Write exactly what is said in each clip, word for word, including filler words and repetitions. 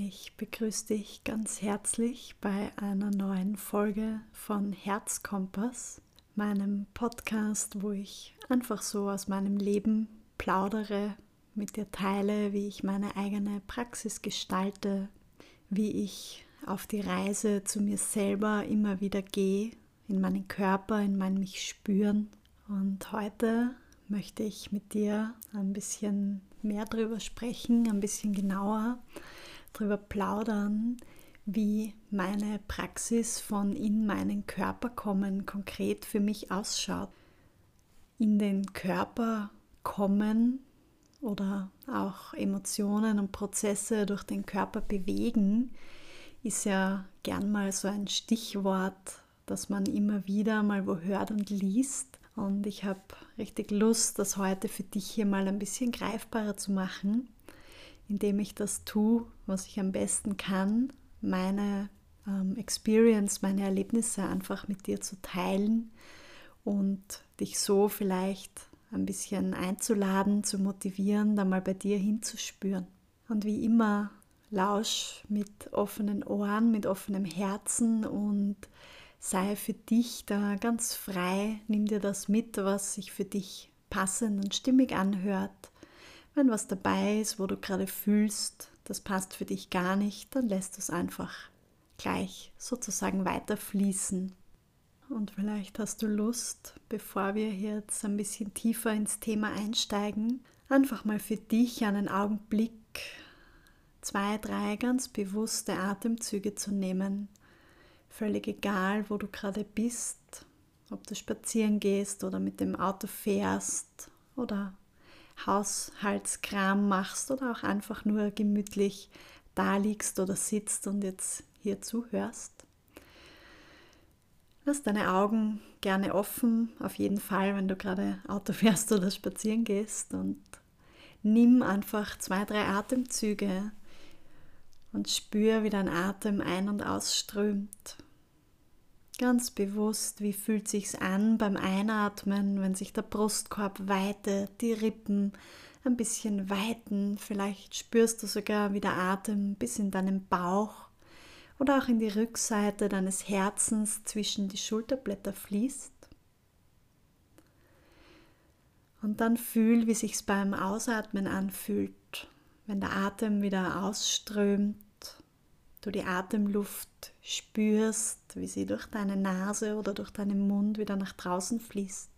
Ich begrüße dich ganz herzlich bei einer neuen Folge von Herzkompass, meinem Podcast, wo ich einfach so aus meinem Leben plaudere, mit dir teile, wie ich meine eigene Praxis gestalte, wie ich auf die Reise zu mir selber immer wieder gehe, in meinen Körper, in mein mich spüren. Und heute möchte ich mit dir ein bisschen mehr darüber sprechen, ein bisschen genauer darüber plaudern, wie meine Praxis von in meinen Körper kommen konkret für mich ausschaut. In den Körper kommen oder auch Emotionen und Prozesse durch den Körper bewegen, ist ja gern mal so ein Stichwort, das man immer wieder mal wo hört und liest. Und ich habe richtig Lust, das heute für dich hier mal ein bisschen greifbarer zu machen, indem ich das tue, was ich am besten kann, meine ähm, Experience, meine Erlebnisse einfach mit dir zu teilen und dich so vielleicht ein bisschen einzuladen, zu motivieren, da mal bei dir hinzuspüren. Und wie immer, lausch mit offenen Ohren, mit offenem Herzen und sei für dich da ganz frei. Nimm dir das mit, was sich für dich passend und stimmig anhört. Wenn was dabei ist, wo du gerade fühlst, das passt für dich gar nicht, dann lässt du es einfach gleich sozusagen weiterfließen. Und vielleicht hast du Lust, bevor wir jetzt ein bisschen tiefer ins Thema einsteigen, einfach mal für dich einen Augenblick zwei, drei ganz bewusste Atemzüge zu nehmen. Völlig egal, wo du gerade bist, ob du spazieren gehst oder mit dem Auto fährst oder Haushaltskram machst oder auch einfach nur gemütlich da liegst oder sitzt und jetzt hier zuhörst. Lass deine Augen gerne offen, auf jeden Fall, wenn du gerade Auto fährst oder spazieren gehst, und nimm einfach zwei, drei Atemzüge und spür, wie dein Atem ein- und ausströmt. Ganz bewusst, wie fühlt es sich an beim Einatmen, wenn sich der Brustkorb weitet, die Rippen ein bisschen weiten. Vielleicht spürst du sogar, wie der Atem bis in deinen Bauch oder auch in die Rückseite deines Herzens zwischen die Schulterblätter fließt. Und dann fühl, wie es sich beim Ausatmen anfühlt, wenn der Atem wieder ausströmt. Du die Atemluft spürst, wie sie durch deine Nase oder durch deinen Mund wieder nach draußen fließt.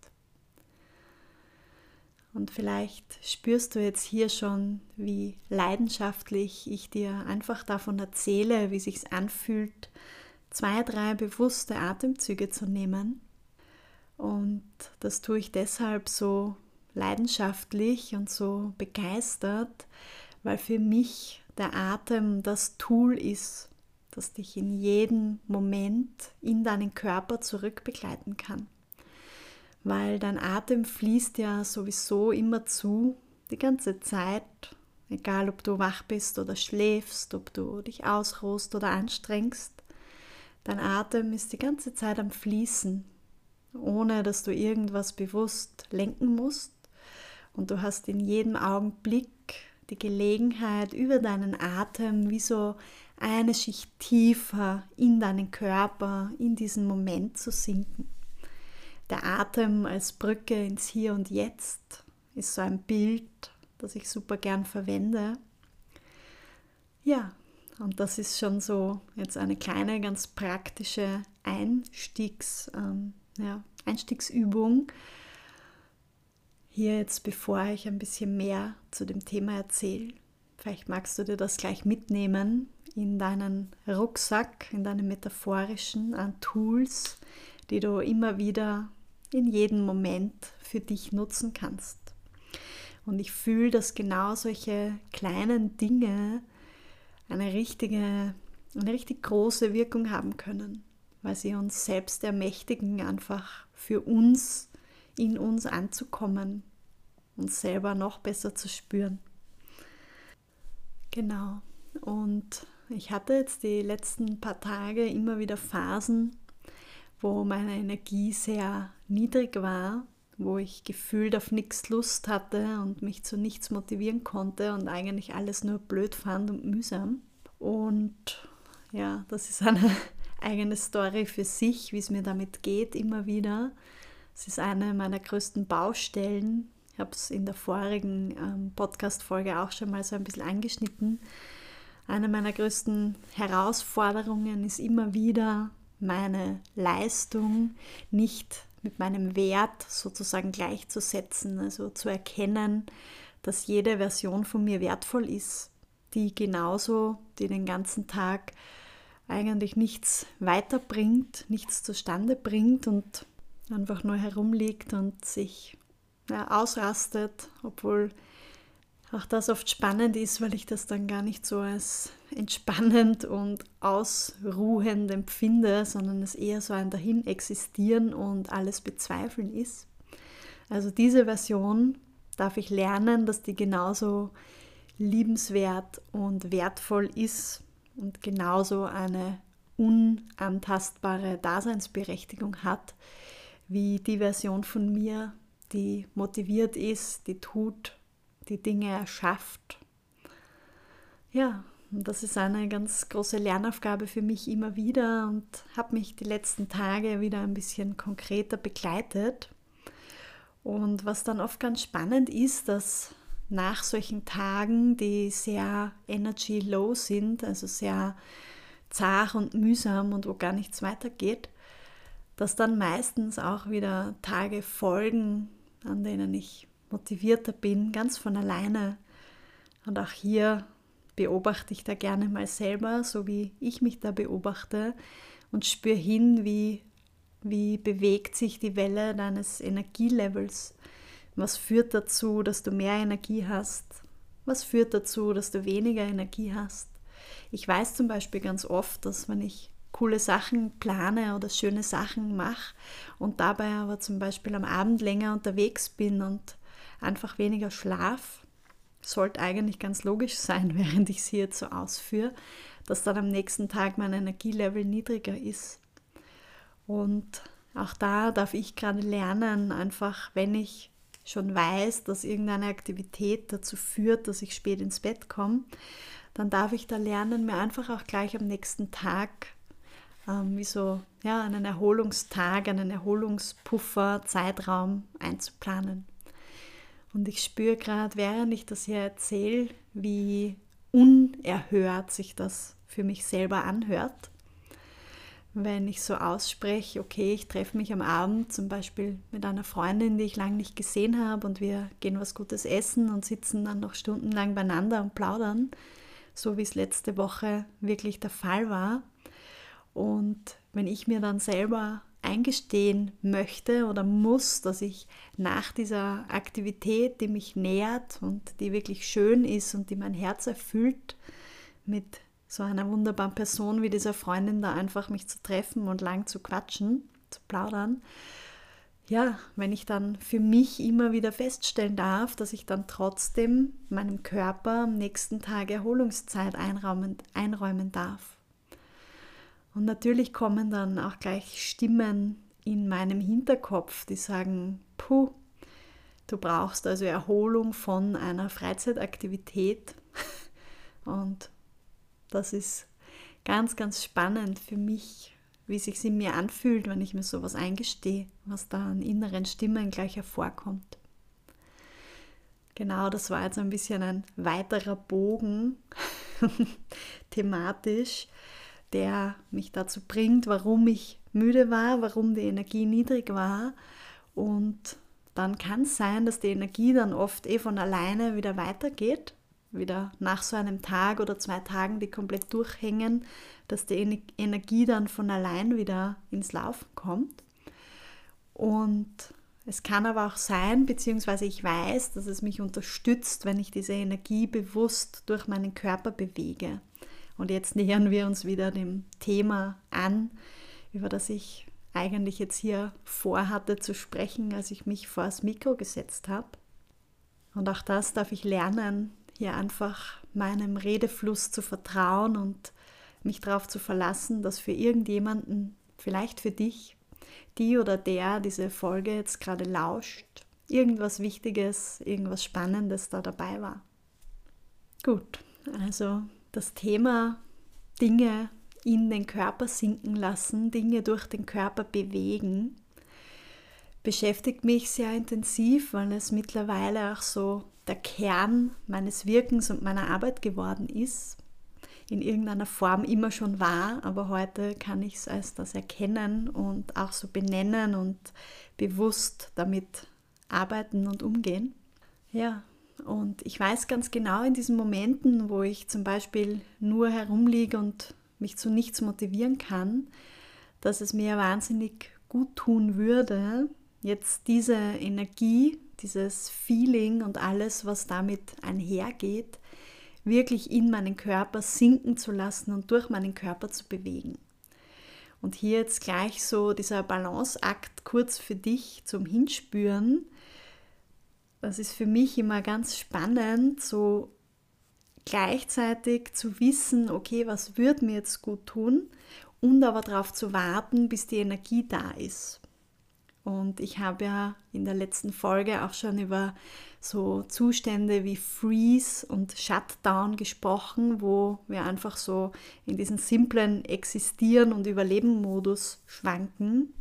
Und vielleicht spürst du jetzt hier schon, wie leidenschaftlich ich dir einfach davon erzähle, wie es sich anfühlt, zwei, drei bewusste Atemzüge zu nehmen. Und das tue ich deshalb so leidenschaftlich und so begeistert, weil für mich der Atem das Tool ist, das dich in jedem Moment in deinen Körper zurückbegleiten kann. Weil dein Atem fließt ja sowieso immer zu, die ganze Zeit, egal ob du wach bist oder schläfst, ob du dich ausruhst oder anstrengst. Dein Atem ist die ganze Zeit am Fließen, ohne dass du irgendwas bewusst lenken musst. Und du hast in jedem Augenblick die Gelegenheit, über deinen Atem wie so eine Schicht tiefer in deinen Körper, in diesen Moment zu sinken. Der Atem als Brücke ins Hier und Jetzt ist so ein Bild, das ich super gern verwende. Ja, und das ist schon so jetzt eine kleine, ganz praktische Einstiegs, ähm, ja, Einstiegsübung. Hier jetzt, bevor ich ein bisschen mehr zu dem Thema erzähle, vielleicht magst du dir das gleich mitnehmen in deinen Rucksack, in deinen metaphorischen, an Tools, die du immer wieder in jedem Moment für dich nutzen kannst. Und ich fühle, dass genau solche kleinen Dinge eine richtige, eine richtig große Wirkung haben können, weil sie uns selbst ermächtigen, einfach für uns in uns anzukommen, uns selber noch besser zu spüren. Genau. Und ich hatte jetzt die letzten paar Tage immer wieder Phasen, wo meine Energie sehr niedrig war, wo ich gefühlt auf nichts Lust hatte und mich zu nichts motivieren konnte und eigentlich alles nur blöd fand und mühsam. Und ja, das ist eine eigene Story für sich, wie es mir damit geht, immer wieder. Es ist eine meiner größten Baustellen. Ich habe es in der vorigen ähm, Podcast-Folge auch schon mal so ein bisschen angeschnitten. Eine meiner größten Herausforderungen ist immer wieder, meine Leistung nicht mit meinem Wert sozusagen gleichzusetzen, also zu erkennen, dass jede Version von mir wertvoll ist, die genauso, die den ganzen Tag eigentlich nichts weiterbringt, nichts zustande bringt und einfach nur herumliegt und sich ja, ausrastet, obwohl auch das oft spannend ist, weil ich das dann gar nicht so als entspannend und ausruhend empfinde, sondern es eher so ein Dahinexistieren und alles bezweifeln ist. Also diese Version darf ich lernen, dass die genauso liebenswert und wertvoll ist und genauso eine unantastbare Daseinsberechtigung hat, wie die Version von mir, die motiviert ist, die tut, die Dinge erschafft. Ja, und das ist eine ganz große Lernaufgabe für mich immer wieder und habe mich die letzten Tage wieder ein bisschen konkreter begleitet. Und was dann oft ganz spannend ist, dass nach solchen Tagen, die sehr energy low sind, also sehr zart und mühsam und wo gar nichts weitergeht, dass dann meistens auch wieder Tage folgen, an denen ich motivierter bin, ganz von alleine. Und auch hier beobachte ich da gerne mal selber, so wie ich mich da beobachte und spüre hin, wie, wie bewegt sich die Welle deines Energielevels. Was führt dazu, dass du mehr Energie hast? Was führt dazu, dass du weniger Energie hast? Ich weiß zum Beispiel ganz oft, dass wenn ich coole Sachen plane oder schöne Sachen mache und dabei aber zum Beispiel am Abend länger unterwegs bin und einfach weniger Schlaf, sollte eigentlich ganz logisch sein, während ich sie jetzt so ausführe, dass dann am nächsten Tag mein Energielevel niedriger ist. Und auch da darf ich gerade lernen, einfach wenn ich schon weiß, dass irgendeine Aktivität dazu führt, dass ich spät ins Bett komme, dann darf ich da lernen, mir einfach auch gleich am nächsten Tag ähm, wie so ja, einen Erholungstag, einen Erholungspuffer, Zeitraum einzuplanen. Und ich spüre gerade, während ich das hier erzähle, wie unerhört sich das für mich selber anhört. Wenn ich so ausspreche, okay, ich treffe mich am Abend zum Beispiel mit einer Freundin, die ich lange nicht gesehen habe und wir gehen was Gutes essen und sitzen dann noch stundenlang beieinander und plaudern, so wie es letzte Woche wirklich der Fall war. Und wenn ich mir dann selber eingestehen möchte oder muss, dass ich nach dieser Aktivität, die mich nährt und die wirklich schön ist und die mein Herz erfüllt, mit so einer wunderbaren Person wie dieser Freundin da einfach mich zu treffen und lang zu quatschen, zu plaudern, ja, wenn ich dann für mich immer wieder feststellen darf, dass ich dann trotzdem meinem Körper am nächsten Tag Erholungszeit einräumen, einräumen darf. Und natürlich kommen dann auch gleich Stimmen in meinem Hinterkopf, die sagen, puh, du brauchst also Erholung von einer Freizeitaktivität. Und das ist ganz, ganz spannend für mich, wie es sich in mir anfühlt, wenn ich mir sowas eingestehe, was da an inneren Stimmen gleich hervorkommt. Genau, das war jetzt ein bisschen ein weiterer Bogen thematisch, der mich dazu bringt, warum ich müde war, warum die Energie niedrig war. Und dann kann es sein, dass die Energie dann oft eh von alleine wieder weitergeht, wieder nach so einem Tag oder zwei Tagen, die komplett durchhängen, dass die Energie dann von allein wieder ins Laufen kommt. Und es kann aber auch sein, beziehungsweise ich weiß, dass es mich unterstützt, wenn ich diese Energie bewusst durch meinen Körper bewege. Und jetzt nähern wir uns wieder dem Thema an, über das ich eigentlich jetzt hier vorhatte zu sprechen, als ich mich vor das Mikro gesetzt habe. Und auch das darf ich lernen, hier einfach meinem Redefluss zu vertrauen und mich darauf zu verlassen, dass für irgendjemanden, vielleicht für dich, die oder der diese Folge jetzt gerade lauscht, irgendwas Wichtiges, irgendwas Spannendes da dabei war. Gut, also das Thema Dinge in den Körper sinken lassen, Dinge durch den Körper bewegen, beschäftigt mich sehr intensiv, weil es mittlerweile auch so der Kern meines Wirkens und meiner Arbeit geworden ist. In irgendeiner Form immer schon war, aber heute kann ich es als das erkennen und auch so benennen und bewusst damit arbeiten und umgehen. Ja, und ich weiß ganz genau in diesen Momenten, wo ich zum Beispiel nur herumliege und mich zu nichts motivieren kann, dass es mir wahnsinnig gut tun würde, jetzt diese Energie, dieses Feeling und alles, was damit einhergeht, wirklich in meinen Körper sinken zu lassen und durch meinen Körper zu bewegen. Und hier jetzt gleich so dieser Balanceakt kurz für dich zum Hinspüren. Das ist für mich immer ganz spannend, so gleichzeitig zu wissen, okay, was würde mir jetzt gut tun und aber darauf zu warten, bis die Energie da ist. Und ich habe ja in der letzten Folge auch schon über so Zustände wie Freeze und Shutdown gesprochen, wo wir einfach so in diesen simplen Existieren- und Überleben-Modus schwanken.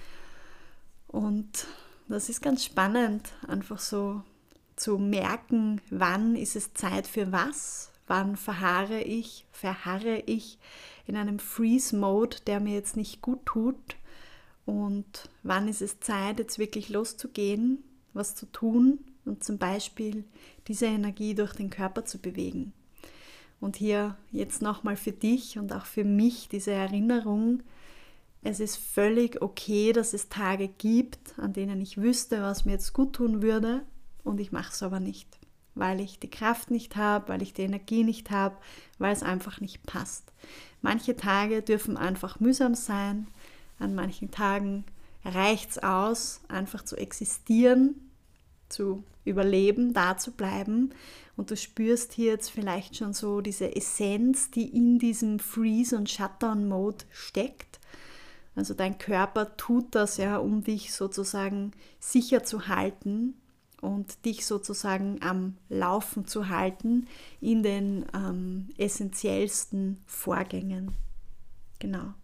Und das ist ganz spannend, einfach so zu merken, wann ist es Zeit für was, wann verharre ich, verharre ich in einem Freeze-Mode, der mir jetzt nicht gut tut. Und wann ist es Zeit, jetzt wirklich loszugehen, was zu tun und zum Beispiel diese Energie durch den Körper zu bewegen. Und hier jetzt nochmal für dich und auch für mich diese Erinnerung, es ist völlig okay, dass es Tage gibt, an denen ich wüsste, was mir jetzt gut tun würde und ich mache es aber nicht, weil ich die Kraft nicht habe, weil ich die Energie nicht habe, weil es einfach nicht passt. Manche Tage dürfen einfach mühsam sein. An manchen Tagen reicht es aus, einfach zu existieren, zu überleben, da zu bleiben. Und du spürst hier jetzt vielleicht schon so diese Essenz, die in diesem Freeze- und Shutdown-Mode steckt. Also dein Körper tut das ja, um dich sozusagen sicher zu halten und dich sozusagen am Laufen zu halten in den ähm, essentiellsten Vorgängen. Genau.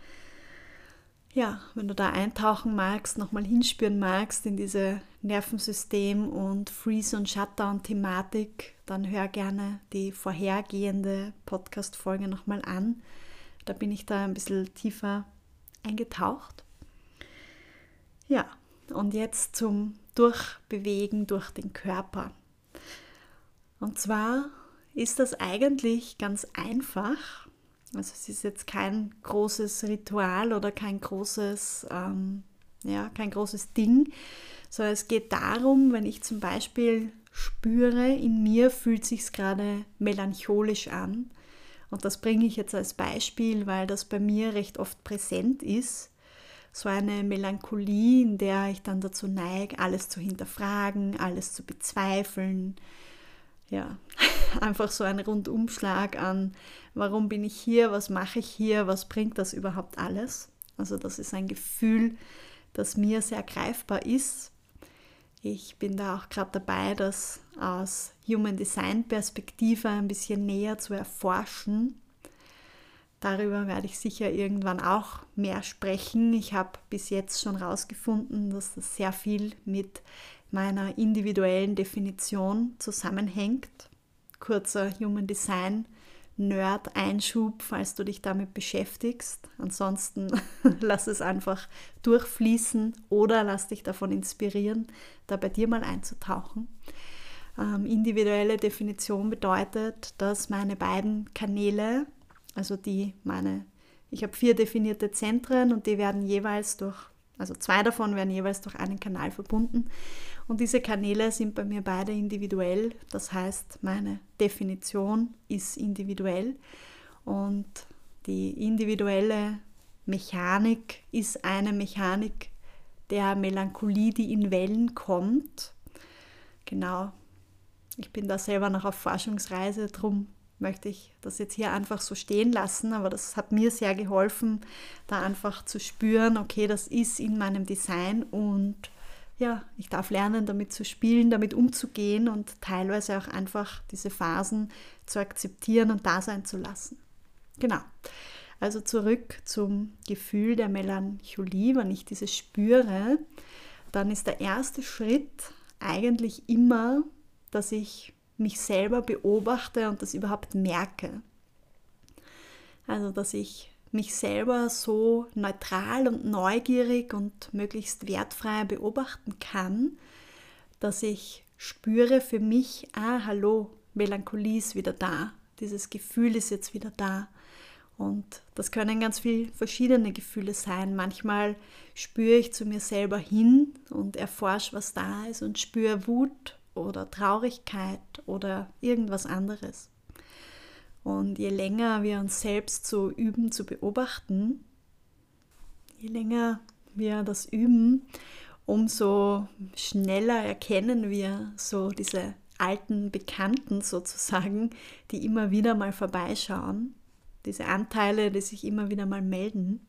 Ja, wenn du da eintauchen magst, nochmal hinspüren magst in diese Nervensystem- und Freeze- und Shutdown-Thematik, dann hör gerne die vorhergehende Podcast-Folge nochmal an. Da bin ich da ein bisschen tiefer eingetaucht. Ja, und jetzt zum Durchbewegen durch den Körper. Und zwar ist das eigentlich ganz einfach. Also es ist jetzt kein großes Ritual oder kein großes, ähm, ja, kein großes Ding, sondern es geht darum, wenn ich zum Beispiel spüre, in mir fühlt sich gerade melancholisch an. Und das bringe ich jetzt als Beispiel, weil das bei mir recht oft präsent ist. So eine Melancholie, in der ich dann dazu neige, alles zu hinterfragen, alles zu bezweifeln. Ja, einfach so ein Rundumschlag an, warum bin ich hier, was mache ich hier, was bringt das überhaupt alles? Also das ist ein Gefühl, das mir sehr greifbar ist. Ich bin da auch gerade dabei, das aus Human Design Perspektive ein bisschen näher zu erforschen. Darüber werde ich sicher irgendwann auch mehr sprechen. Ich habe bis jetzt schon herausgefunden, dass das sehr viel mit meiner individuellen Definition zusammenhängt. Kurzer Human Design Nerd-Einschub, falls du dich damit beschäftigst. Ansonsten lass es einfach durchfließen oder lass dich davon inspirieren, da bei dir mal einzutauchen. Ähm, individuelle Definition bedeutet, dass meine beiden Kanäle, also die meine, ich habe vier definierte Zentren und die werden jeweils durch, also zwei davon werden jeweils durch einen Kanal verbunden. Und diese Kanäle sind bei mir beide individuell. Das heißt, meine Definition ist individuell und die individuelle Mechanik ist eine Mechanik der Melancholie, die in Wellen kommt. Genau, ich bin da selber noch auf Forschungsreise, drum möchte ich das jetzt hier einfach so stehen lassen, aber das hat mir sehr geholfen, da einfach zu spüren, okay, das ist in meinem Design und ja, ich darf lernen, damit zu spielen, damit umzugehen und teilweise auch einfach diese Phasen zu akzeptieren und da sein zu lassen. Genau. Also zurück zum Gefühl der Melancholie. Wenn ich dieses spüre, dann ist der erste Schritt eigentlich immer, dass ich mich selber beobachte und das überhaupt merke. Also, dass ich mich selber so neutral und neugierig und möglichst wertfrei beobachten kann, dass ich spüre für mich, ah, hallo, Melancholie ist wieder da, dieses Gefühl ist jetzt wieder da. Und das können ganz viele verschiedene Gefühle sein. Manchmal spüre ich zu mir selber hin und erforsche, was da ist und spüre Wut oder Traurigkeit oder irgendwas anderes. Und je länger wir uns selbst so üben zu beobachten, je länger wir das üben, umso schneller erkennen wir so diese alten Bekannten sozusagen, die immer wieder mal vorbeischauen, diese Anteile, die sich immer wieder mal melden.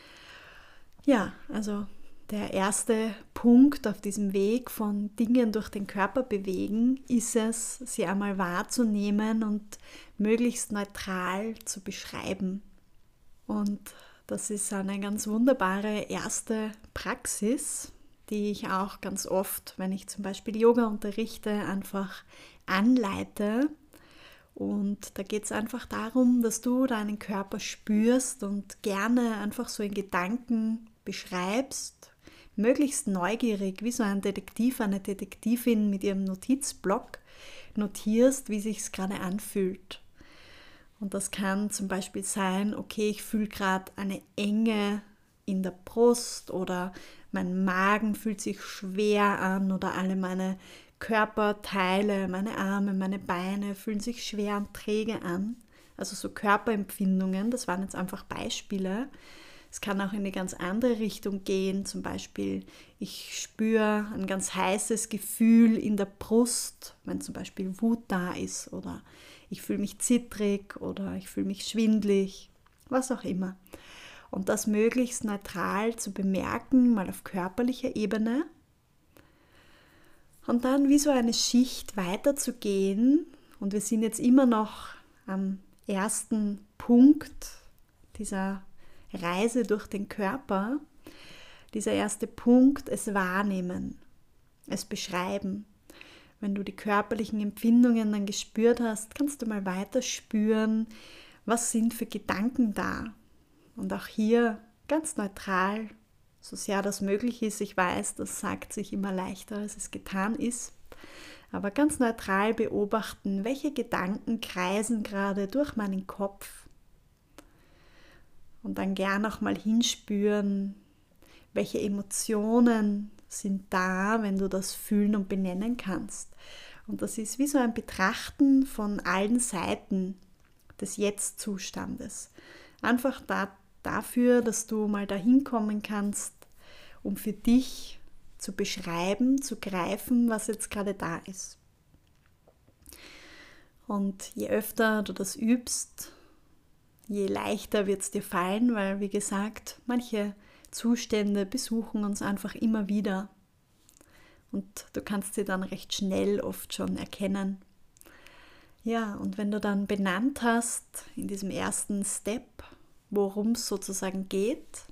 Ja, also der erste Punkt auf diesem Weg von Dingen durch den Körper bewegen, ist es, sie einmal wahrzunehmen und möglichst neutral zu beschreiben. Und das ist eine ganz wunderbare erste Praxis, die ich auch ganz oft, wenn ich zum Beispiel Yoga unterrichte, einfach anleite. Und da geht es einfach darum, dass du deinen Körper spürst und gerne einfach so in Gedanken beschreibst, möglichst neugierig, wie so ein Detektiv, eine Detektivin mit ihrem Notizblock notierst, wie sich es gerade anfühlt. Und das kann zum Beispiel sein, okay, ich fühle gerade eine Enge in der Brust oder mein Magen fühlt sich schwer an oder alle meine Körperteile, meine Arme, meine Beine fühlen sich schwer und träge an. Also so Körperempfindungen, das waren jetzt einfach Beispiele. Es kann auch in eine ganz andere Richtung gehen, zum Beispiel ich spüre ein ganz heißes Gefühl in der Brust, wenn zum Beispiel Wut da ist, oder ich fühle mich zittrig oder ich fühle mich schwindlig, was auch immer. Und das möglichst neutral zu bemerken, mal auf körperlicher Ebene. Und dann wie so eine Schicht weiterzugehen. Und wir sind jetzt immer noch am ersten Punkt dieser Reise durch den Körper. Dieser erste Punkt, es wahrnehmen, es beschreiben. Wenn du die körperlichen Empfindungen dann gespürt hast, kannst du mal weiter spüren, was sind für Gedanken da. Und auch hier ganz neutral, so sehr das möglich ist. Ich weiß, das sagt sich immer leichter, als es getan ist. Aber ganz neutral beobachten, welche Gedanken kreisen gerade durch meinen Kopf. Und dann gern auch mal hinspüren, welche Emotionen sind da, wenn du das fühlen und benennen kannst. Und das ist wie so ein Betrachten von allen Seiten des Jetzt-Zustandes. Einfach da, dafür, dass du mal dahin kommen kannst, um für dich zu beschreiben, zu greifen, was jetzt gerade da ist. Und je öfter du das übst, je leichter wird es dir fallen, weil, wie gesagt, manche Zustände besuchen uns einfach immer wieder. Und du kannst sie dann recht schnell oft schon erkennen. Ja, und wenn du dann benannt hast, in diesem ersten Step, worum es sozusagen geht,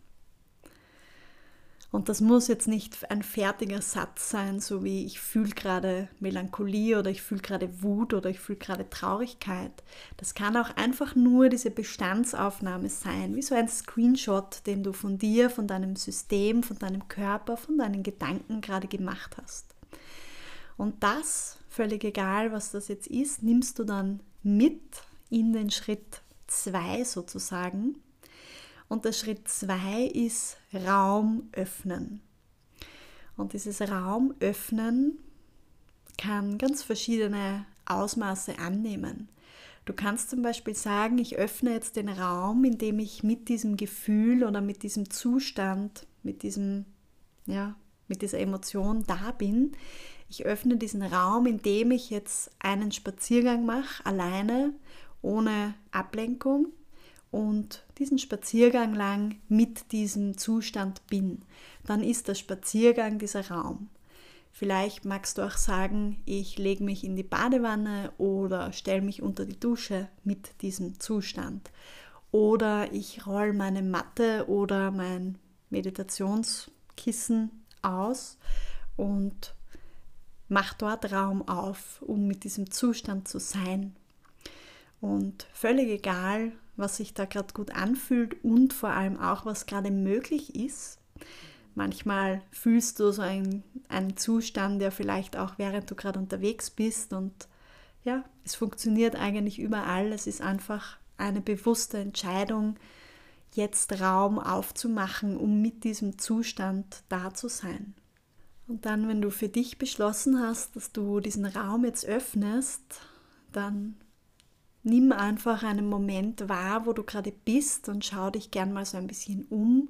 und das muss jetzt nicht ein fertiger Satz sein, so wie ich fühle gerade Melancholie oder ich fühle gerade Wut oder ich fühle gerade Traurigkeit. Das kann auch einfach nur diese Bestandsaufnahme sein, wie so ein Screenshot, den du von dir, von deinem System, von deinem Körper, von deinen Gedanken gerade gemacht hast. Und das, völlig egal, was das jetzt ist, nimmst du dann mit in den Schritt zwei sozusagen. Und der Schritt zwei ist Raum öffnen. Und dieses Raum öffnen kann ganz verschiedene Ausmaße annehmen. Du kannst zum Beispiel sagen, ich öffne jetzt den Raum, in dem ich mit diesem Gefühl oder mit diesem Zustand, mit diesem, ja, mit dieser Emotion da bin. Ich öffne diesen Raum, in dem ich jetzt einen Spaziergang mache, alleine, ohne Ablenkung. Und diesen Spaziergang lang mit diesem Zustand bin, dann ist der Spaziergang dieser Raum. Vielleicht magst du auch sagen, ich lege mich in die Badewanne oder stelle mich unter die Dusche mit diesem Zustand. oder ich rolle meine Matte oder mein Meditationskissen aus und mache dort Raum auf, um mit diesem Zustand zu sein. Und völlig egal, was sich da gerade gut anfühlt und vor allem auch, was gerade möglich ist. Manchmal fühlst du so einen, einen Zustand, der vielleicht auch während du gerade unterwegs bist und ja, es funktioniert eigentlich überall. Es ist einfach eine bewusste Entscheidung, jetzt Raum aufzumachen, um mit diesem Zustand da zu sein. Und dann, wenn du für dich beschlossen hast, dass du diesen Raum jetzt öffnest, dann nimm einfach einen Moment wahr, wo du gerade bist und schau dich gern mal so ein bisschen um.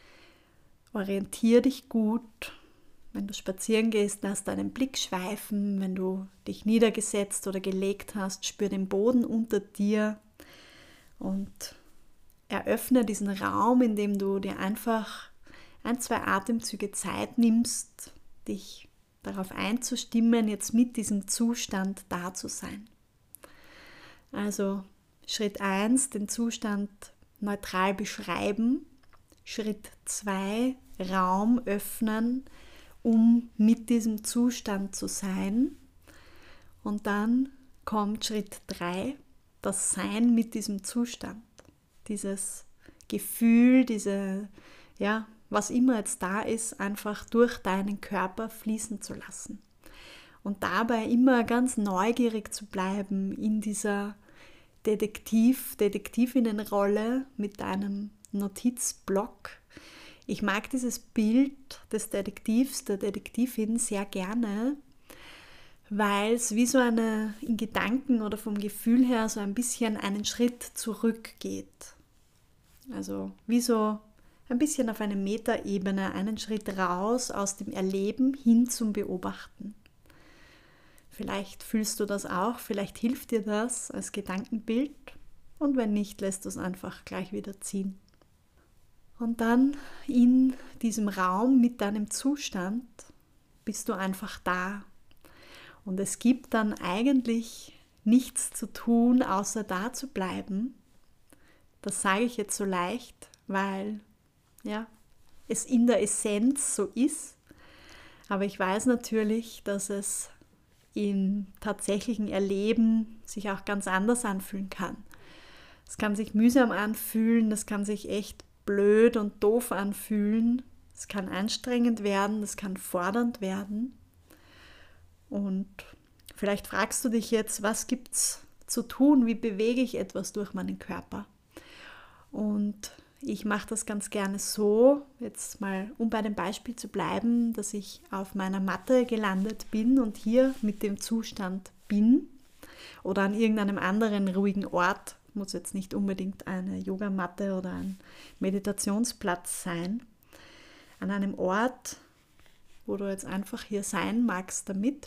Orientier dich gut. Wenn du spazieren gehst, lass deinen Blick schweifen. Wenn du dich niedergesetzt oder gelegt hast, spür den Boden unter dir und eröffne diesen Raum, indem du dir einfach ein, zwei Atemzüge Zeit nimmst, dich darauf einzustimmen, jetzt mit diesem Zustand da zu sein. Also Schritt eins, den Zustand neutral beschreiben. Schritt zwei, Raum öffnen, um mit diesem Zustand zu sein. Und dann kommt Schritt drei, das Sein mit diesem Zustand. Dieses Gefühl, diese, ja, was immer jetzt da ist, einfach durch deinen Körper fließen zu lassen. Und dabei immer ganz neugierig zu bleiben in dieser Detektiv, Detektivinnenrolle mit deinem Notizblock. Ich mag dieses Bild des Detektivs, der Detektivin sehr gerne, weil es wie so eine, in Gedanken oder vom Gefühl her so ein bisschen einen Schritt zurückgeht. Also wie so ein bisschen auf eine Metaebene, einen Schritt raus aus dem Erleben hin zum Beobachten. Vielleicht fühlst du das auch, vielleicht hilft dir das als Gedankenbild und wenn nicht, lässt du es einfach gleich wieder ziehen. Und dann in diesem Raum mit deinem Zustand bist du einfach da. Und es gibt dann eigentlich nichts zu tun, außer da zu bleiben. Das sage ich jetzt so leicht, weil ja, es in der Essenz so ist. Aber ich weiß natürlich, dass es im tatsächlichen Erleben sich auch ganz anders anfühlen kann. Es kann sich mühsam anfühlen, es kann sich echt blöd und doof anfühlen, es kann anstrengend werden, es kann fordernd werden. Und vielleicht fragst du dich jetzt, was gibt es zu tun, wie bewege ich etwas durch meinen Körper? Und ich mache das ganz gerne so, jetzt mal, um bei dem Beispiel zu bleiben, dass ich auf meiner Matte gelandet bin und hier mit dem Zustand bin oder an irgendeinem anderen ruhigen Ort, muss jetzt nicht unbedingt eine Yogamatte oder ein Meditationsplatz sein, an einem Ort, wo du jetzt einfach hier sein magst damit.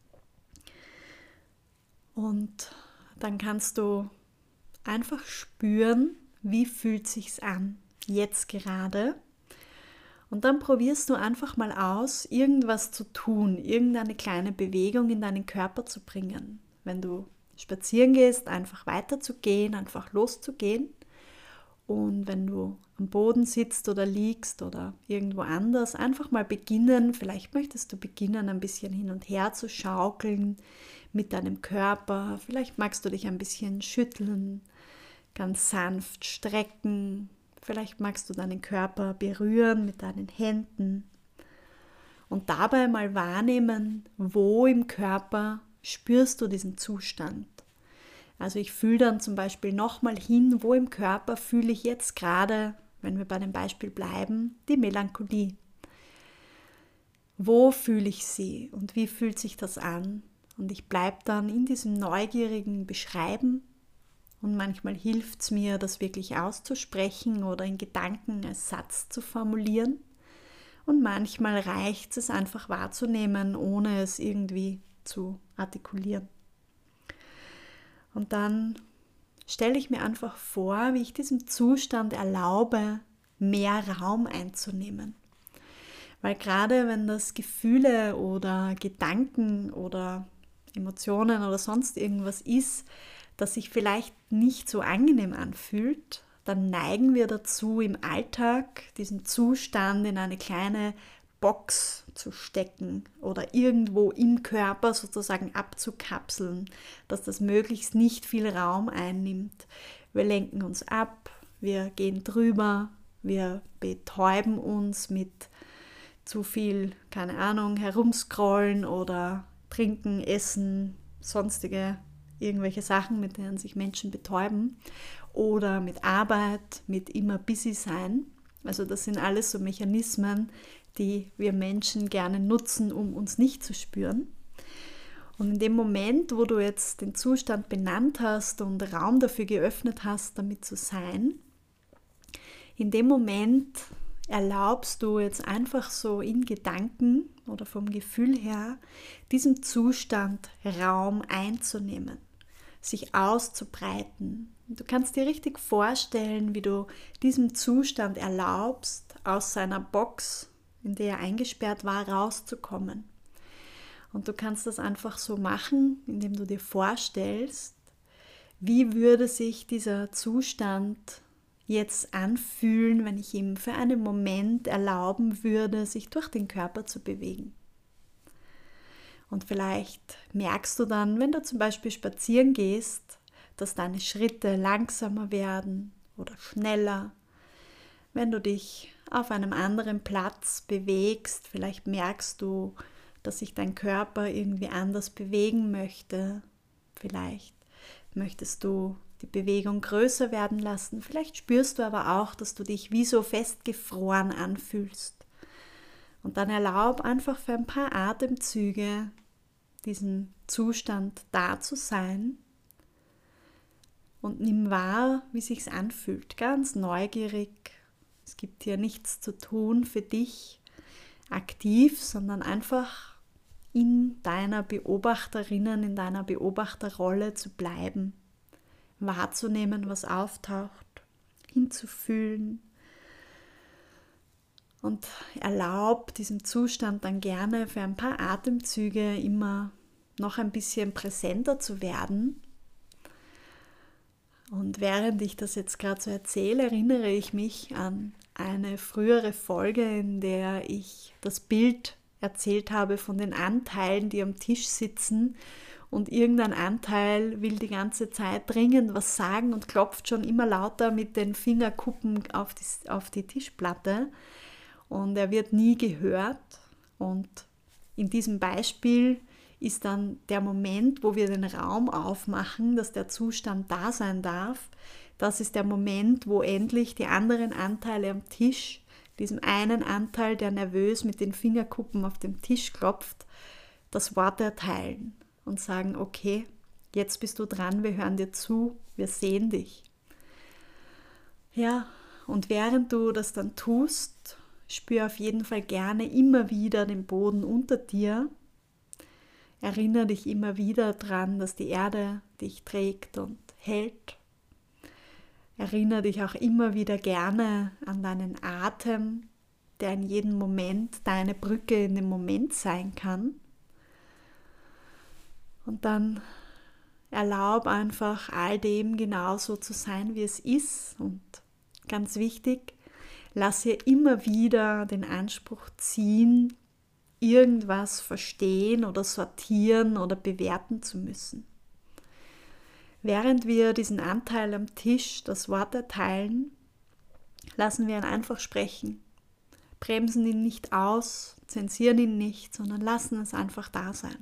Und dann kannst du einfach spüren, wie fühlt sich's an, jetzt gerade. Und dann probierst du einfach mal aus, irgendwas zu tun, irgendeine kleine Bewegung in deinen Körper zu bringen. Wenn du spazieren gehst, einfach weiterzugehen, einfach loszugehen. Und wenn du am Boden sitzt oder liegst oder irgendwo anders, einfach mal beginnen, vielleicht möchtest du beginnen, ein bisschen hin und her zu schaukeln mit deinem Körper. Vielleicht magst du dich ein bisschen schütteln, ganz sanft strecken. Vielleicht magst du deinen Körper berühren mit deinen Händen. Und dabei mal wahrnehmen, wo im Körper spürst du diesen Zustand. Also ich fühle dann zum Beispiel nochmal hin, wo im Körper fühle ich jetzt gerade, wenn wir bei dem Beispiel bleiben, die Melancholie. Wo fühle ich sie und wie fühlt sich das an? Und ich bleibe dann in diesem neugierigen Beschreiben und manchmal hilft es mir, das wirklich auszusprechen oder in Gedanken als Satz zu formulieren. Und manchmal reicht es einfach wahrzunehmen, ohne es irgendwie zu artikulieren. Und dann stelle ich mir einfach vor, wie ich diesem Zustand erlaube, mehr Raum einzunehmen. Weil gerade wenn das Gefühle oder Gedanken oder Emotionen oder sonst irgendwas ist, das sich vielleicht nicht so angenehm anfühlt, dann neigen wir dazu, im Alltag diesen Zustand in eine kleine Box zu stecken oder irgendwo im Körper sozusagen abzukapseln, dass das möglichst nicht viel Raum einnimmt. Wir lenken uns ab, wir gehen drüber, wir betäuben uns mit zu viel, keine Ahnung, herumscrollen oder trinken, essen, sonstige irgendwelche Sachen, mit denen sich Menschen betäuben oder mit Arbeit, mit immer busy sein. Also das sind alles so Mechanismen, die wir Menschen gerne nutzen, um uns nicht zu spüren. Und in dem Moment, wo du jetzt den Zustand benannt hast und Raum dafür geöffnet hast, damit zu sein, in dem Moment erlaubst du jetzt einfach so in Gedanken oder vom Gefühl her, diesem Zustand Raum einzunehmen, sich auszubreiten. Du kannst dir richtig vorstellen, wie du diesem Zustand erlaubst, aus seiner Box, in der er eingesperrt war, rauszukommen. Und du kannst das einfach so machen, indem du dir vorstellst, wie würde sich dieser Zustand jetzt anfühlen, wenn ich ihm für einen Moment erlauben würde, sich durch den Körper zu bewegen. Und vielleicht merkst du dann, wenn du zum Beispiel spazieren gehst, dass deine Schritte langsamer werden oder schneller. Wenn du dich auf einem anderen Platz bewegst, vielleicht merkst du, dass sich dein Körper irgendwie anders bewegen möchte. Vielleicht möchtest du die Bewegung größer werden lassen. Vielleicht spürst du aber auch, dass du dich wie so festgefroren anfühlst. Und dann erlaub einfach für ein paar Atemzüge diesen Zustand da zu sein und nimm wahr, wie sich's anfühlt. Ganz neugierig. Es gibt hier nichts zu tun für dich aktiv, sondern einfach in deiner Beobachterinnen, in deiner Beobachterrolle zu bleiben. Wahrzunehmen, was auftaucht, hinzufühlen und erlaub diesem Zustand dann gerne für ein paar Atemzüge immer noch ein bisschen präsenter zu werden. Und während ich das jetzt gerade so erzähle, erinnere ich mich an eine frühere Folge, in der ich das Bild erzählt habe von den Anteilen, die am Tisch sitzen. Und irgendein Anteil will die ganze Zeit dringend was sagen und klopft schon immer lauter mit den Fingerkuppen auf die, auf die Tischplatte. Und er wird nie gehört. Und in diesem Beispiel ist dann der Moment, wo wir den Raum aufmachen, dass der Zustand da sein darf. Das ist der Moment, wo endlich die anderen Anteile am Tisch, diesem einen Anteil, der nervös mit den Fingerkuppen auf dem Tisch klopft, das Wort erteilen. Und sagen, okay, jetzt bist du dran, wir hören dir zu, wir sehen dich. Ja, und während du das dann tust, spür auf jeden Fall gerne immer wieder den Boden unter dir. Erinnere dich immer wieder daran, dass die Erde dich trägt und hält. Erinnere dich auch immer wieder gerne an deinen Atem, der in jedem Moment deine Brücke in dem Moment sein kann. Und dann erlaub einfach all dem genauso zu sein, wie es ist. Und ganz wichtig, lass dir immer wieder den Anspruch ziehen, irgendwas verstehen oder sortieren oder bewerten zu müssen. Während wir diesen Anteil am Tisch, das Wort erteilen, lassen wir ihn einfach sprechen. Bremsen ihn nicht aus, zensieren ihn nicht, sondern lassen es einfach da sein.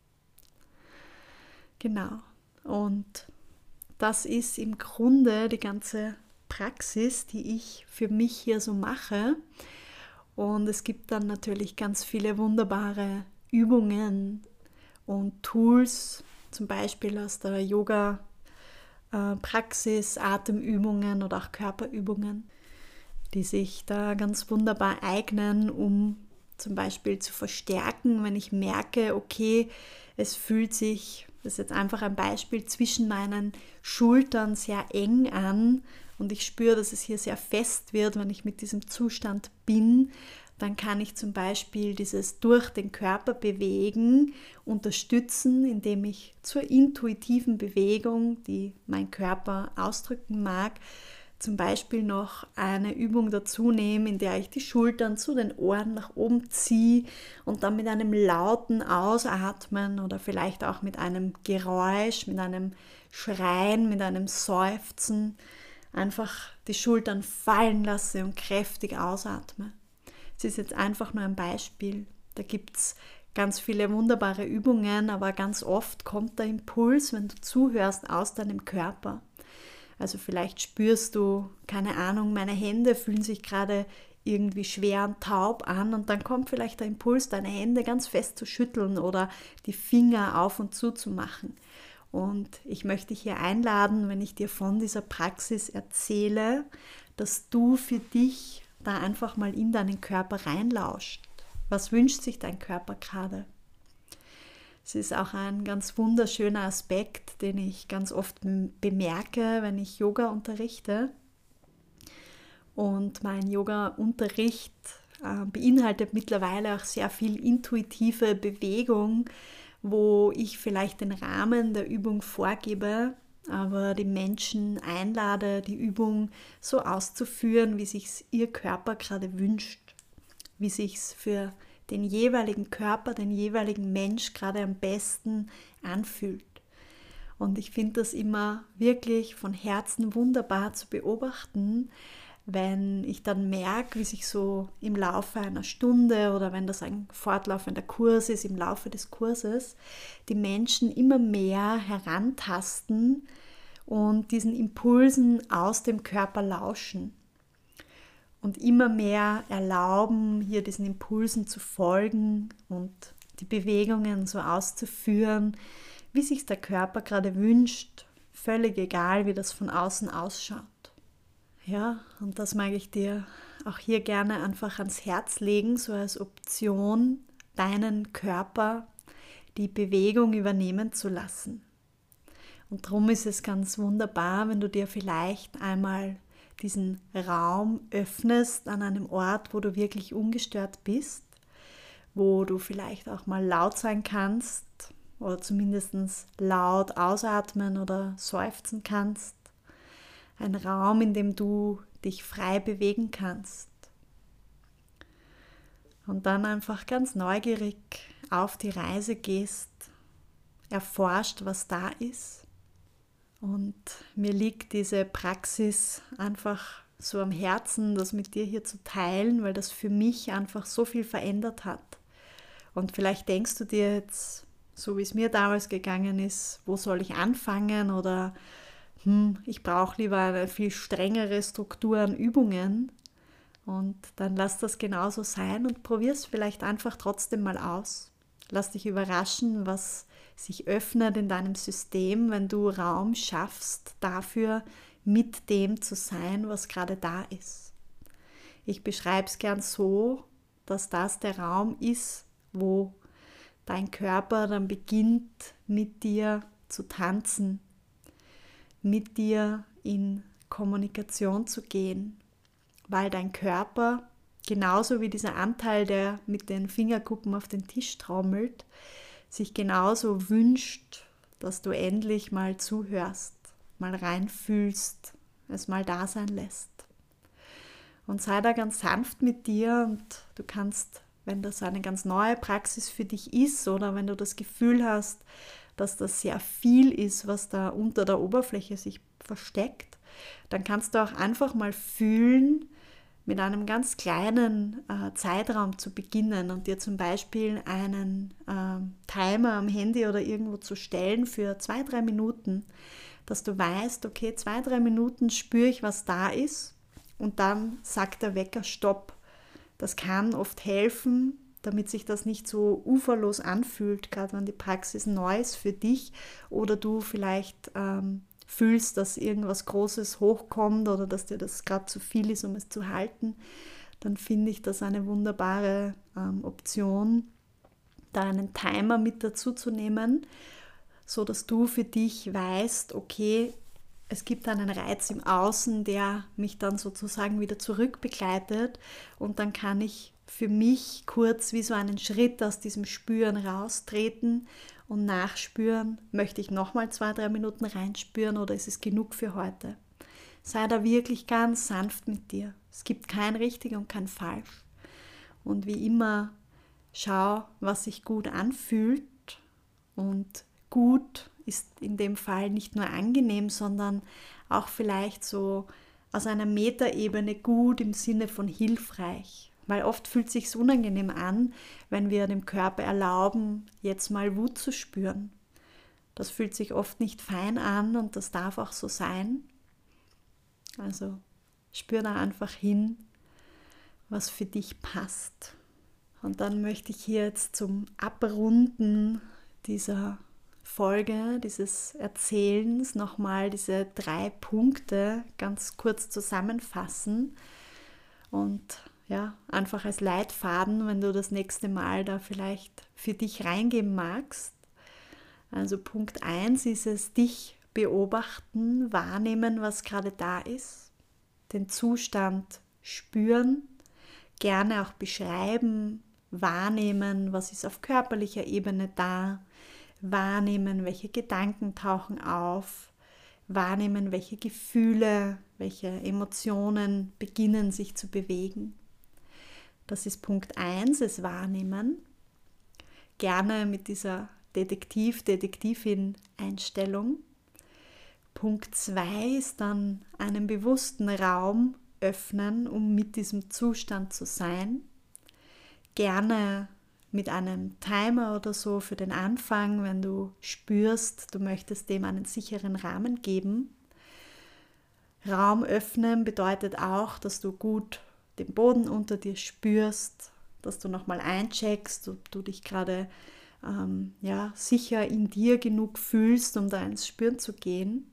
Genau. Und das ist im Grunde die ganze Praxis, die ich für mich hier so mache. Und es gibt dann natürlich ganz viele wunderbare Übungen und Tools, zum Beispiel aus der Yoga-Praxis, Atemübungen oder auch Körperübungen, die sich da ganz wunderbar eignen, um zum Beispiel zu verstärken, wenn ich merke, okay, es fühlt sich, das ist jetzt einfach ein Beispiel, zwischen meinen Schultern sehr eng an und ich spüre, dass es hier sehr fest wird, wenn ich mit diesem Zustand bin, dann kann ich zum Beispiel dieses durch den Körper bewegen unterstützen, indem ich zur intuitiven Bewegung, die mein Körper ausdrücken mag, zum Beispiel noch eine Übung dazu nehme, in der ich die Schultern zu den Ohren nach oben ziehe und dann mit einem lauten Ausatmen oder vielleicht auch mit einem Geräusch, mit einem Schreien, mit einem Seufzen einfach die Schultern fallen lasse und kräftig ausatme. Es ist jetzt einfach nur ein Beispiel. Da gibt es ganz viele wunderbare Übungen, aber ganz oft kommt der Impuls, wenn du zuhörst, aus deinem Körper. Also vielleicht spürst du, keine Ahnung, meine Hände fühlen sich gerade irgendwie schwer und taub an und dann kommt vielleicht der Impuls, deine Hände ganz fest zu schütteln oder die Finger auf und zu zu machen. Und ich möchte dich hier einladen, wenn ich dir von dieser Praxis erzähle, dass du für dich da einfach mal in deinen Körper reinlauscht. Was wünscht sich dein Körper gerade? Es ist auch ein ganz wunderschöner Aspekt, den ich ganz oft bemerke, wenn ich Yoga unterrichte. Und mein Yoga-Unterricht äh, beinhaltet mittlerweile auch sehr viel intuitive Bewegung, wo ich vielleicht den Rahmen der Übung vorgebe, aber die Menschen einlade, die Übung so auszuführen, wie sich ihr Körper gerade wünscht, wie sich's für den jeweiligen Körper, den jeweiligen Mensch gerade am besten anfühlt. Und ich finde das immer wirklich von Herzen wunderbar zu beobachten, wenn ich dann merke, wie sich so im Laufe einer Stunde oder wenn das ein fortlaufender Kurs ist, im Laufe des Kurses, die Menschen immer mehr herantasten und diesen Impulsen aus dem Körper lauschen. Und immer mehr erlauben, hier diesen Impulsen zu folgen und die Bewegungen so auszuführen, wie sich der Körper gerade wünscht, völlig egal, wie das von außen ausschaut. Ja, und das mag ich dir auch hier gerne einfach ans Herz legen, so als Option, deinen Körper die Bewegung übernehmen zu lassen. Und darum ist es ganz wunderbar, wenn du dir vielleicht einmal diesen Raum öffnest an einem Ort, wo du wirklich ungestört bist, wo du vielleicht auch mal laut sein kannst oder zumindest laut ausatmen oder seufzen kannst. Ein Raum, in dem du dich frei bewegen kannst. Und dann einfach ganz neugierig auf die Reise gehst, erforscht, was da ist. Und mir liegt diese Praxis einfach so am Herzen, das mit dir hier zu teilen, weil das für mich einfach so viel verändert hat. Und vielleicht denkst du dir jetzt, so wie es mir damals gegangen ist, wo soll ich anfangen oder hm, ich brauche lieber eine viel strengere Struktur an Übungen. Und dann lass das genauso sein und probier es vielleicht einfach trotzdem mal aus. Lass dich überraschen, was sich öffnet in deinem System, wenn du Raum schaffst, dafür mit dem zu sein, was gerade da ist. Ich beschreibe es gern so, dass das der Raum ist, wo dein Körper dann beginnt, mit dir zu tanzen, mit dir in Kommunikation zu gehen, weil dein Körper, genauso wie dieser Anteil, der mit den Fingerkuppen auf den Tisch trommelt, sich genauso wünscht, dass du endlich mal zuhörst, mal reinfühlst, es mal da sein lässt. Und sei da ganz sanft mit dir und du kannst, wenn das eine ganz neue Praxis für dich ist oder wenn du das Gefühl hast, dass das sehr viel ist, was da unter der Oberfläche sich versteckt, dann kannst du auch einfach mal fühlen, mit einem ganz kleinen äh, Zeitraum zu beginnen und dir zum Beispiel einen äh, Timer am Handy oder irgendwo zu stellen für zwei, drei Minuten, dass du weißt, okay, zwei, drei Minuten spüre ich, was da ist und dann sagt der Wecker Stopp. Das kann oft helfen, damit sich das nicht so uferlos anfühlt, gerade wenn die Praxis neu ist für dich oder du vielleicht ähm, fühlst, dass irgendwas Großes hochkommt oder dass dir das gerade zu viel ist, um es zu halten, dann finde ich das eine wunderbare ähm, Option, da einen Timer mit dazu zu nehmen, so dass du für dich weißt, okay, es gibt einen Reiz im Außen, der mich dann sozusagen wieder zurückbegleitet und dann kann ich für mich kurz wie so einen Schritt aus diesem Spüren raustreten und nachspüren, möchte ich nochmal zwei, drei Minuten reinspüren oder ist es genug für heute? Sei da wirklich ganz sanft mit dir. Es gibt kein richtig und kein falsch. Und wie immer, schau, was sich gut anfühlt. Und gut ist in dem Fall nicht nur angenehm, sondern auch vielleicht so aus einer Metaebene gut im Sinne von hilfreich. Weil oft fühlt es sich unangenehm an, wenn wir dem Körper erlauben, jetzt mal Wut zu spüren. Das fühlt sich oft nicht fein an und das darf auch so sein. Also spür da einfach hin, was für dich passt. Und dann möchte ich hier jetzt zum Abrunden dieser Folge, dieses Erzählens nochmal diese drei Punkte ganz kurz zusammenfassen und ja, einfach als Leitfaden, wenn du das nächste Mal da vielleicht für dich reingeben magst. Also Punkt eins ist es, dich beobachten, wahrnehmen, was gerade da ist, den Zustand spüren, gerne auch beschreiben, wahrnehmen, was ist auf körperlicher Ebene da, wahrnehmen, welche Gedanken tauchen auf, wahrnehmen, welche Gefühle, welche Emotionen beginnen sich zu bewegen. Das ist Punkt eins, es wahrnehmen. Gerne mit dieser Detektiv, Detektivin-Einstellung. Punkt zwei ist dann einen bewussten Raum öffnen, um mit diesem Zustand zu sein. Gerne mit einem Timer oder so für den Anfang, wenn du spürst, du möchtest dem einen sicheren Rahmen geben. Raum öffnen bedeutet auch, dass du gut den Boden unter dir spürst, dass du nochmal eincheckst, ob du dich gerade ähm, ja, sicher in dir genug fühlst, um da ins Spüren zu gehen.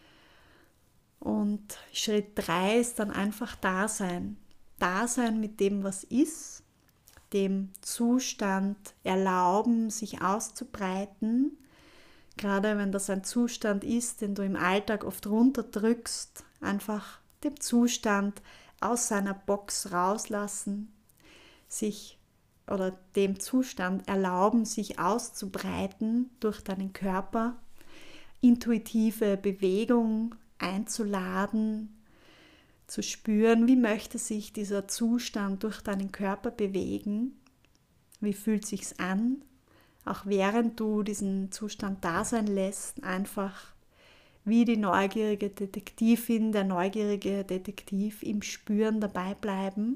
Und Schritt drei ist dann einfach Dasein. Dasein mit dem, was ist, dem Zustand erlauben, sich auszubreiten. Gerade wenn das ein Zustand ist, den du im Alltag oft runterdrückst, einfach dem Zustand aus seiner Box rauslassen, sich oder dem Zustand erlauben, sich auszubreiten durch deinen Körper, intuitive Bewegung einzuladen, zu spüren, wie möchte sich dieser Zustand durch deinen Körper bewegen, wie fühlt sich's an, auch während du diesen Zustand da sein lässt, einfach wie die neugierige Detektivin, der neugierige Detektiv im Spüren dabei bleiben.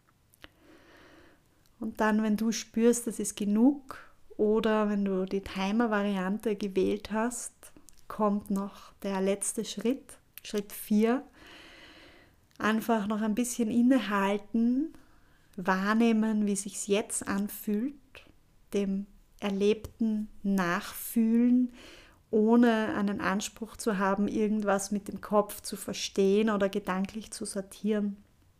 Und dann, wenn du spürst, das ist genug, oder wenn du die Timer-Variante gewählt hast, kommt noch der letzte Schritt, Schritt vier. Einfach noch ein bisschen innehalten, wahrnehmen, wie es sich jetzt anfühlt, dem Erlebten nachfühlen, ohne einen Anspruch zu haben, irgendwas mit dem Kopf zu verstehen oder gedanklich zu sortieren.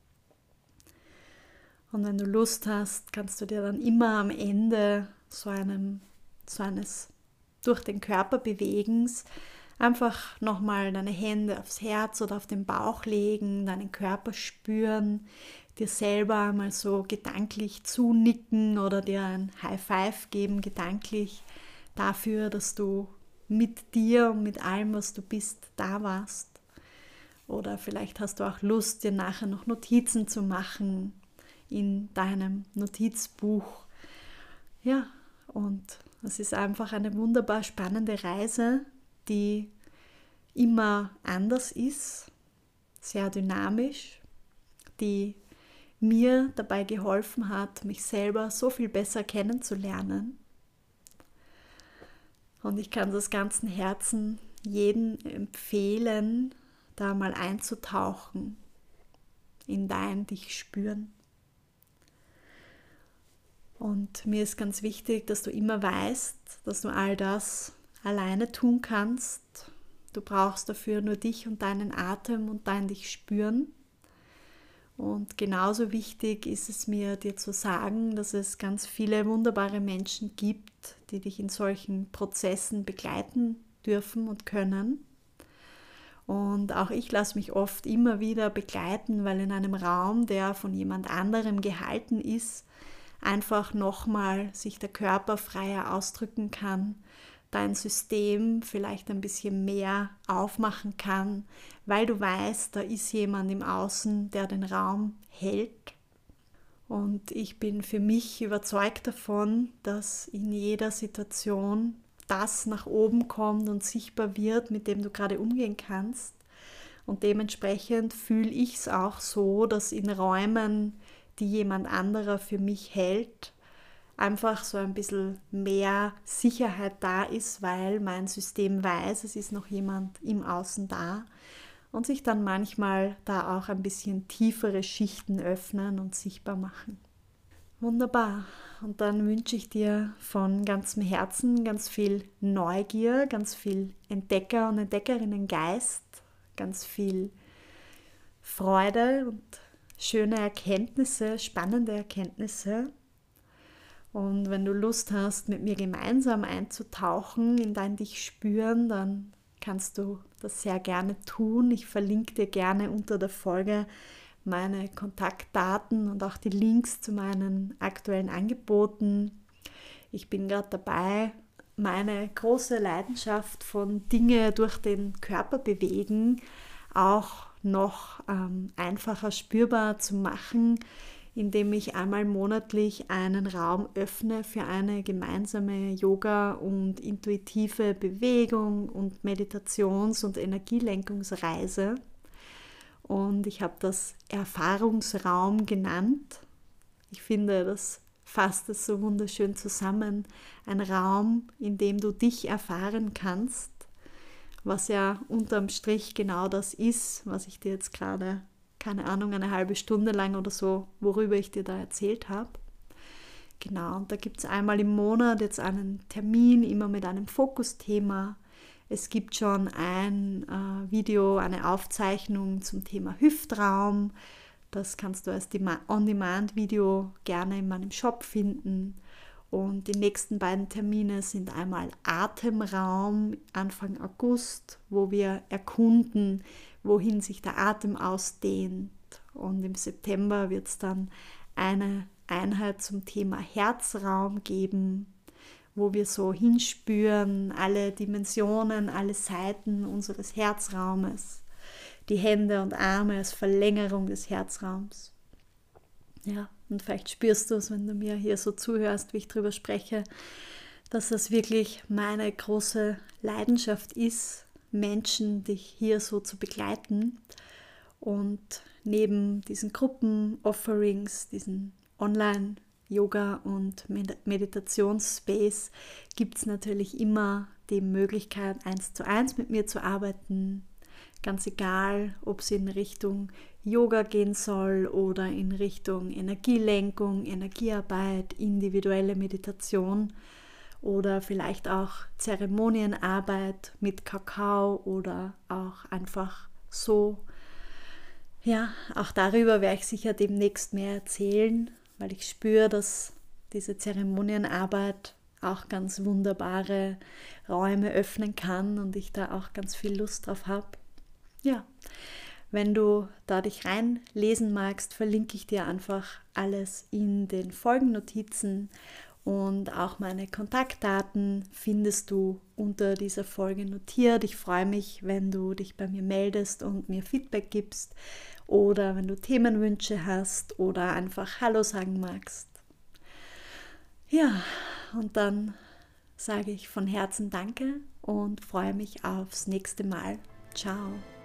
Und wenn du Lust hast, kannst du dir dann immer am Ende so, einem, so eines durch den Körper Bewegens einfach nochmal deine Hände aufs Herz oder auf den Bauch legen, deinen Körper spüren, dir selber mal so gedanklich zunicken oder dir ein High Five geben, gedanklich dafür, dass du mit dir und mit allem, was du bist, da warst. Oder vielleicht hast du auch Lust, dir nachher noch Notizen zu machen in deinem Notizbuch. Ja, und es ist einfach eine wunderbar spannende Reise, die immer anders ist, sehr dynamisch, die mir dabei geholfen hat, mich selber so viel besser kennenzulernen. Und ich kann das ganzen Herzen jedem empfehlen, da mal einzutauchen in dein Dich spüren. Und mir ist ganz wichtig, dass du immer weißt, dass du all das alleine tun kannst. Du brauchst dafür nur dich und deinen Atem und dein Dich spüren. Und genauso wichtig ist es mir, dir zu sagen, dass es ganz viele wunderbare Menschen gibt, die dich in solchen Prozessen begleiten dürfen und können. Und auch ich lasse mich oft immer wieder begleiten, weil in einem Raum, der von jemand anderem gehalten ist, einfach nochmal sich der Körper freier ausdrücken kann, dein System vielleicht ein bisschen mehr aufmachen kann, weil du weißt, da ist jemand im Außen, der den Raum hält. Und ich bin für mich überzeugt davon, dass in jeder Situation das nach oben kommt und sichtbar wird, mit dem du gerade umgehen kannst. Und dementsprechend fühle ich es auch so, dass in Räumen, die jemand anderer für mich hält, einfach so ein bisschen mehr Sicherheit da ist, weil mein System weiß, es ist noch jemand im Außen da und sich dann manchmal da auch ein bisschen tiefere Schichten öffnen und sichtbar machen. Wunderbar. Und dann wünsche ich dir von ganzem Herzen ganz viel Neugier, ganz viel Entdecker- und Entdeckerinnengeist, ganz viel Freude und schöne Erkenntnisse, spannende Erkenntnisse. Und wenn du Lust hast, mit mir gemeinsam einzutauchen in dein Dich spüren, dann kannst du das sehr gerne tun. Ich verlinke dir gerne unter der Folge meine Kontaktdaten und auch die Links zu meinen aktuellen Angeboten. Ich bin gerade dabei, meine große Leidenschaft von Dinge durch den Körper bewegen auch noch ähm, einfacher spürbar zu machen, indem ich einmal monatlich einen Raum öffne für eine gemeinsame Yoga- und intuitive Bewegung und Meditations- und Energielenkungsreise. Und ich habe das Erfahrungsraum genannt. Ich finde, das fasst es so wunderschön zusammen. Ein Raum, in dem du dich erfahren kannst, was ja unterm Strich genau das ist, was ich dir jetzt gerade, keine Ahnung, eine halbe Stunde lang oder so, worüber ich dir da erzählt habe. Genau, und da gibt es einmal im Monat jetzt einen Termin, immer mit einem Fokusthema. Es gibt schon ein äh, Video, eine Aufzeichnung zum Thema Hüftraum. Das kannst du als On-Demand-Video gerne in meinem Shop finden. Und die nächsten beiden Termine sind einmal Atemraum Anfang August, wo wir erkunden, wohin sich der Atem ausdehnt. Und im September wird es dann eine Einheit zum Thema Herzraum geben, wo wir so hinspüren, alle Dimensionen, alle Seiten unseres Herzraumes, die Hände und Arme als Verlängerung des Herzraums. Ja, und vielleicht spürst du es, wenn du mir hier so zuhörst, wie ich drüber spreche, dass das wirklich meine große Leidenschaft ist, Menschen dich hier so zu begleiten. Und neben diesen Gruppen-Offerings, diesen Online-Yoga- und Meditationsspace gibt es natürlich immer die Möglichkeit, eins zu eins mit mir zu arbeiten. Ganz egal, ob es in Richtung Yoga gehen soll oder in Richtung Energielenkung, Energiearbeit, individuelle Meditation oder vielleicht auch Zeremonienarbeit mit Kakao oder auch einfach so. Ja, auch darüber werde ich sicher demnächst mehr erzählen, weil ich spüre, dass diese Zeremonienarbeit auch ganz wunderbare Räume öffnen kann und ich da auch ganz viel Lust drauf habe. Ja, wenn du da dich reinlesen magst, verlinke ich dir einfach alles in den Folgennotizen und auch meine Kontaktdaten findest du unter dieser Folge notiert. Ich freue mich, wenn du dich bei mir meldest und mir Feedback gibst oder wenn du Themenwünsche hast oder einfach Hallo sagen magst. Ja, und dann sage ich von Herzen Danke und freue mich aufs nächste Mal. Ciao.